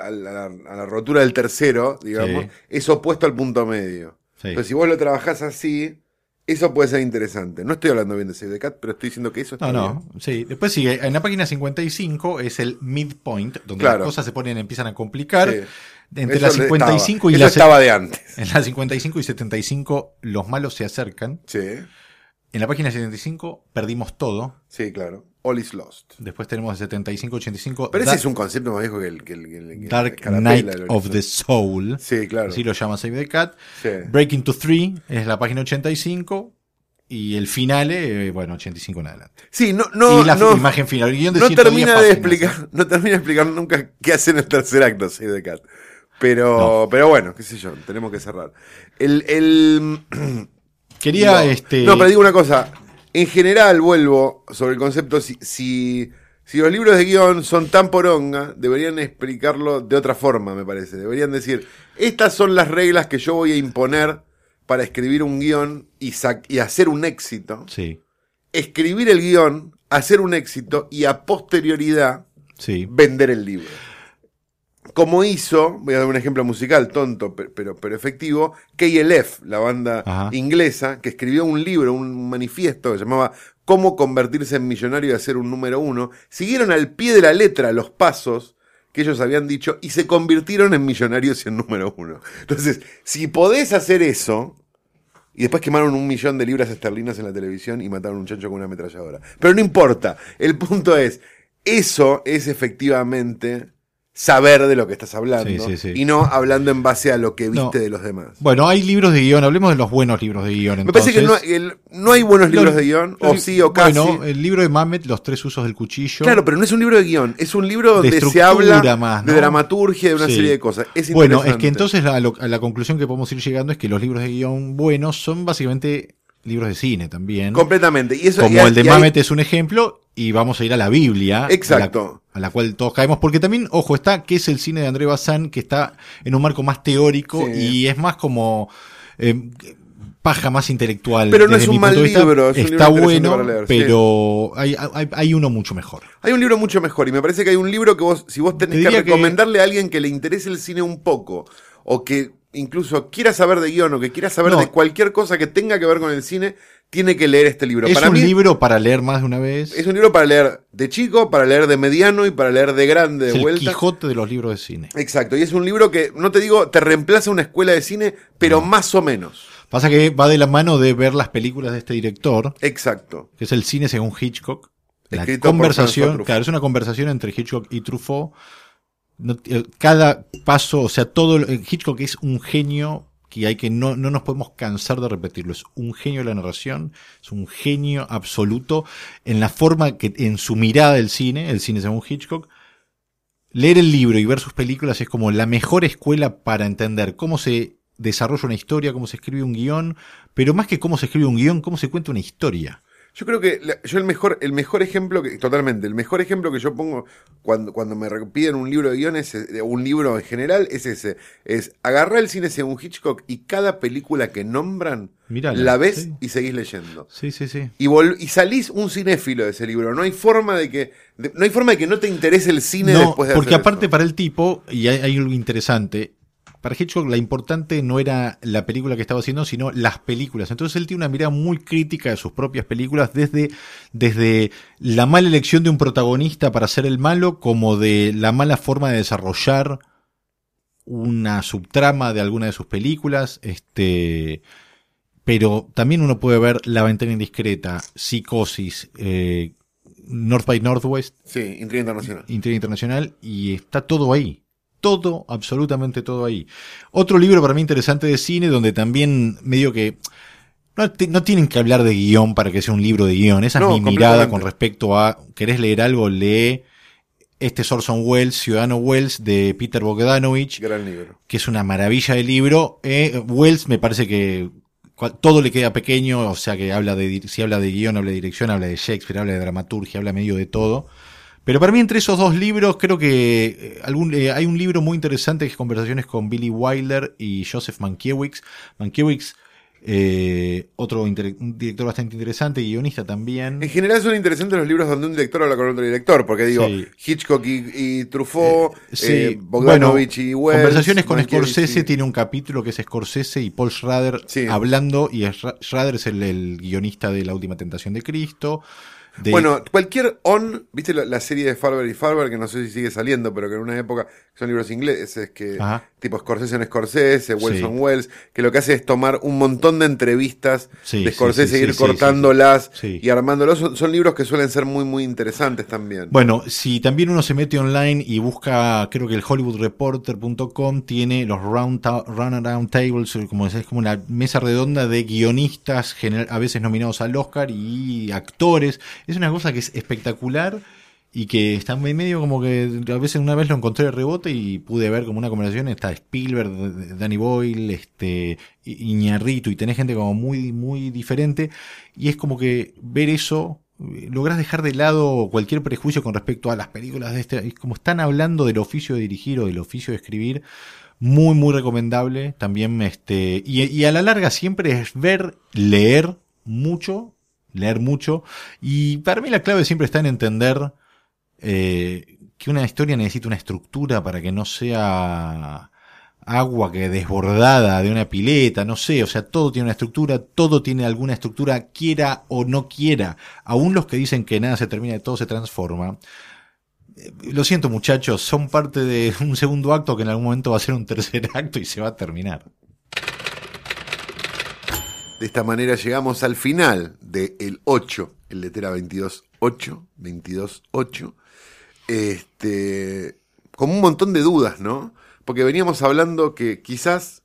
A: la rotura del tercero, digamos, es opuesto al punto medio. Entonces si vos lo trabajás así, eso puede ser interesante. No estoy hablando bien de Save the Cat, pero estoy diciendo que eso está bien.
B: Sí. Después sigue, en la página 55 es el midpoint, donde las cosas empiezan a complicar. Sí. Entre la 55 y
A: estaba de antes.
B: En la 55 y 75 los malos se acercan.
A: Sí.
B: En la página 75 perdimos todo.
A: Sí, claro. All is lost.
B: Después tenemos el 75-85.
A: Pero ese es un concepto más viejo que el
B: Dark Knight of the Soul.
A: Sí, claro.
B: Así lo llama Save the Cat.
A: Sí.
B: Break into 3 es la página 85. Y el final, 85 en adelante.
A: Sí,
B: y la imagen final. El guión de
A: no termina de explicar nunca qué hace en el tercer acto Save the Cat. Pero bueno, qué sé yo, tenemos que cerrar.
B: Quería,
A: No, pero digo una cosa. En general, vuelvo sobre el concepto, si los libros de guión son tan poronga, deberían explicarlo de otra forma, me parece. Deberían decir, estas son las reglas que yo voy a imponer para escribir un guión y hacer un éxito.
B: Sí.
A: Escribir el guión, hacer un éxito y a posterioridad vender el libro. Como hizo, voy a dar un ejemplo musical tonto, pero efectivo, KLF, la banda inglesa, que escribió un libro, un manifiesto que se llamaba Cómo convertirse en millonario y hacer un número 1. Siguieron al pie de la letra los pasos que ellos habían dicho y se convirtieron en millonarios y en número 1. Entonces, si podés hacer eso, y después quemaron 1 millón de libras esterlinas en la televisión y mataron a un chancho con una ametralladora. Pero no importa, el punto es, eso es efectivamente saber de lo que estás hablando y no hablando en base a lo que viste de los demás.
B: Bueno, hay libros de guión, hablemos de los buenos libros de guión.
A: Me parece que no hay buenos libros de guión, o sí o casi.
B: Bueno, el libro de Mamet, Los 3 usos del cuchillo.
A: Claro, pero no es un libro de guión, es un libro donde se habla más, ¿no? De dramaturgia, de una serie de cosas. Es
B: bueno, es que entonces a la conclusión que podemos ir llegando es que los libros de guión buenos son básicamente libros de cine también.
A: Completamente. Y eso,
B: como el de Mamet es un ejemplo, y vamos a ir a la Biblia.
A: Exacto.
B: A la cual todos caemos. Porque también, ojo, está que es el cine de André Bazin, que está en un marco más teórico y es más como paja más intelectual.
A: Pero no es un mal libro.
B: Está bueno, pero hay uno mucho mejor.
A: Hay un libro mucho mejor, y me parece que hay un libro que si vos tenés que recomendarle a alguien que le interese el cine un poco, o que incluso quiera saber de guión o que quiera saber de cualquier cosa que tenga que ver con el cine, tiene que leer este libro.
B: Es un libro para leer más de una vez.
A: Es un libro para leer de chico, para leer de mediano y para leer de grande, de vuelta.
B: Es el Quijote de los libros de cine.
A: Exacto, y es un libro que, no te digo, te reemplaza una escuela de cine, pero más o menos.
B: Pasa que va de la mano de ver las películas de este director.
A: Exacto.
B: Que es el cine según Hitchcock. La conversación, claro, es una conversación entre Hitchcock y Truffaut. Cada paso, o sea, Hitchcock es un genio que no nos podemos cansar de repetirlo. Es un genio de la narración, es un genio absoluto en la forma que, en su mirada del cine, el cine según Hitchcock. Leer el libro y ver sus películas es como la mejor escuela para entender cómo se desarrolla una historia, cómo se escribe un guión, pero más que cómo se escribe un guión, cómo se cuenta una historia.
A: Yo creo que el mejor ejemplo el mejor ejemplo que yo pongo cuando me piden un libro de guiones, un libro en general, es ese. Es agarrar el cine según Hitchcock y cada película que nombran, la ves y seguís leyendo.
B: Sí.
A: Y salís un cinéfilo de ese libro. No hay forma de que no te interese el cine después de
B: porque
A: hacer
B: aparte
A: eso.
B: Para el tipo, y hay algo interesante, para Hitchcock la importante no era la película que estaba haciendo, sino las películas. Entonces él tiene una mirada muy crítica de sus propias películas, desde la mala elección de un protagonista para ser el malo, como de la mala forma de desarrollar una subtrama de alguna de sus películas. Pero también uno puede ver La ventana indiscreta, Psicosis, North by Northwest.
A: Sí, Intriga
B: Internacional, y está todo ahí. Todo, absolutamente todo ahí. Otro libro para mí interesante de cine, donde también medio que no tienen que hablar de guión para que sea un libro de guión. Esa es mi mirada con respecto a, ¿querés leer algo? Lee Orson Welles, Ciudadano Welles, de Peter Bogdanovich.
A: Gran libro.
B: Que es una maravilla de libro. Welles me parece que todo le queda pequeño, o sea que si habla de guión, habla de dirección, habla de Shakespeare, habla de dramaturgia, habla medio de todo. Pero para mí entre esos dos libros creo que hay un libro muy interesante que es Conversaciones con Billy Wilder y Joseph Mankiewicz. Mankiewicz, un director bastante interesante, guionista también.
A: En general son interesantes los libros donde un director habla con otro director, porque digo, Hitchcock y Truffaut, Bogdanovich y Wells.
B: Conversaciones con Scorsese tiene un capítulo que es Scorsese y Paul Schrader hablando, y Schrader es el guionista de La Última Tentación de Cristo.
A: Bueno, cualquier ¿viste la serie de Farber y Farber? Que no sé si sigue saliendo, pero que en una época son libros ingleses que tipo Scorsese en Scorsese, Wells on Wells, que lo que hace es tomar un montón de entrevistas de Scorsese e ir cortándolas y armándolos. Son libros que suelen ser muy, muy interesantes también.
B: Bueno, si también uno se mete online y busca, creo que el hollywoodreporter.com tiene los runaround tables, es como una mesa redonda de guionistas, a veces nominados al Oscar, y actores. Es una cosa que es espectacular y que está medio como que a veces una vez lo encontré de rebote y pude ver como una conversación, está Spielberg, Danny Boyle, Iñárritu, y tenés gente como muy, muy diferente, y es como que ver eso, lográs dejar de lado cualquier prejuicio con respecto a las películas de es como están hablando del oficio de dirigir o del oficio de escribir, muy, muy recomendable, también y a la larga siempre es leer mucho, y para mí la clave siempre está en entender que una historia necesita una estructura para que no sea agua que desbordada de una pileta, no sé, o sea, todo tiene una estructura, todo tiene alguna estructura, quiera o no quiera. Aún los que dicen que nada se termina y todo se transforma, lo siento muchachos, son parte de un segundo acto que en algún momento va a ser un tercer acto y se va a terminar.
A: De esta manera llegamos al final de el 8, el letera 22.8, con un montón de dudas, ¿no? Porque veníamos hablando que quizás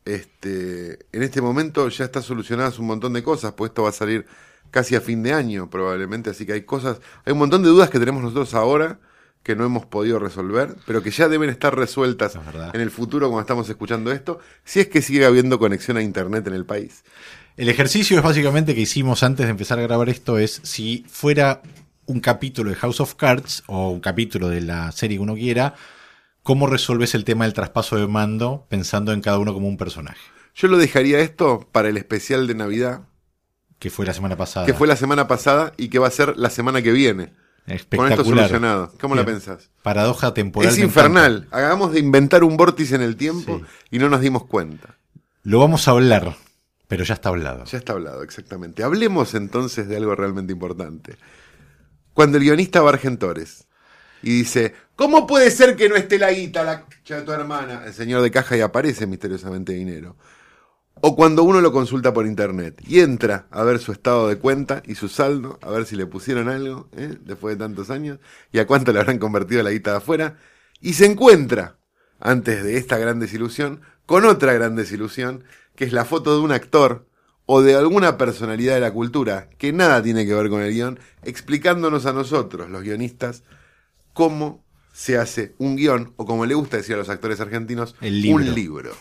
A: en este momento ya está solucionadas un montón de cosas, pues esto va a salir casi a fin de año probablemente, así que hay un montón de dudas que tenemos nosotros ahora que no hemos podido resolver, pero que ya deben estar resueltas en el futuro cuando estamos escuchando esto, si es que sigue habiendo conexión a internet en el país.
B: El ejercicio es básicamente que hicimos antes de empezar a grabar esto, es si fuera un capítulo de House of Cards o un capítulo de la serie que uno quiera, ¿cómo resolves el tema del traspaso de mando pensando en cada uno como un personaje?
A: Yo lo dejaría esto para el especial de Navidad.
B: Que fue la semana pasada.
A: Que fue la semana pasada y que va a ser la semana que viene.
B: Espectacular.
A: Con esto solucionado. ¿Cómo
B: Bien.
A: la pensás?
B: Paradoja temporal.
A: Es infernal. Hagamos de inventar un vórtice en el tiempo y no nos dimos cuenta.
B: Lo vamos a hablar, pero ya está hablado.
A: Ya está hablado, exactamente. Hablemos entonces de algo realmente importante. Cuando el guionista va a Argentores y dice, ¿cómo puede ser que no esté la guita, la concha de tu hermana? El señor de caja y aparece misteriosamente dinero. O cuando uno lo consulta por internet y entra a ver su estado de cuenta y su saldo, a ver si le pusieron algo, después de tantos años, y a cuánto le habrán convertido la guita de afuera, y se encuentra, antes de esta gran desilusión, con otra gran desilusión, que es la foto de un actor o de alguna personalidad de la cultura que nada tiene que ver con el guión, explicándonos a nosotros, los guionistas, cómo se hace un guión, o como le gusta decir a los actores argentinos, un libro.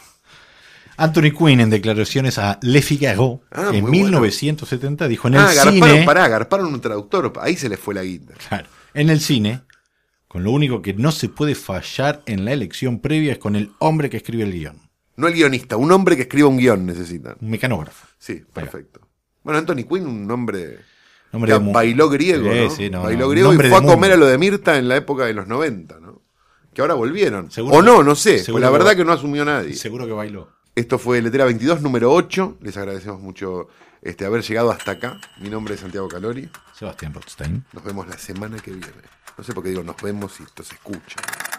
B: Anthony Quinn, en declaraciones a Le Figaro, en 1970, dijo en el
A: cine... Garparon un traductor, ahí se les fue la guita.
B: Claro, en el cine, con lo único que no se puede fallar en la elección previa es con el hombre que escribe el guión.
A: No el guionista, un hombre que escriba un guión necesitan.
B: Un mecanógrafo.
A: Sí, perfecto. Bueno, Anthony Quinn, un nombre
B: que
A: bailó griego, ¿no?
B: Sí,
A: bailó griego y fue a comer a lo de Mirta en la época de los 90, ¿no? Que ahora volvieron. O no sé, pues la verdad que no asumió nadie.
B: Seguro que bailó.
A: Esto fue Letera 22, número 8. Les agradecemos mucho haber llegado hasta acá. Mi nombre es Santiago Calori.
B: Sebastián Rothstein.
A: Nos vemos la semana que viene. No sé por qué digo nos vemos si esto se escucha.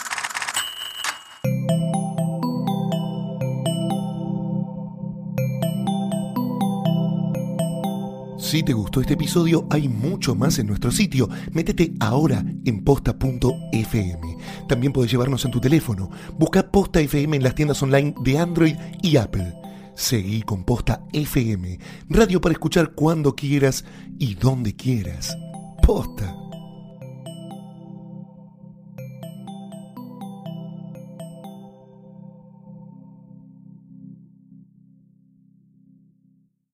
C: Si te gustó este episodio, hay mucho más en nuestro sitio. Métete ahora en posta.fm. También podés llevarnos en tu teléfono. Busca Posta FM en las tiendas online de Android y Apple. Seguí con Posta FM, radio para escuchar cuando quieras y donde quieras. Posta.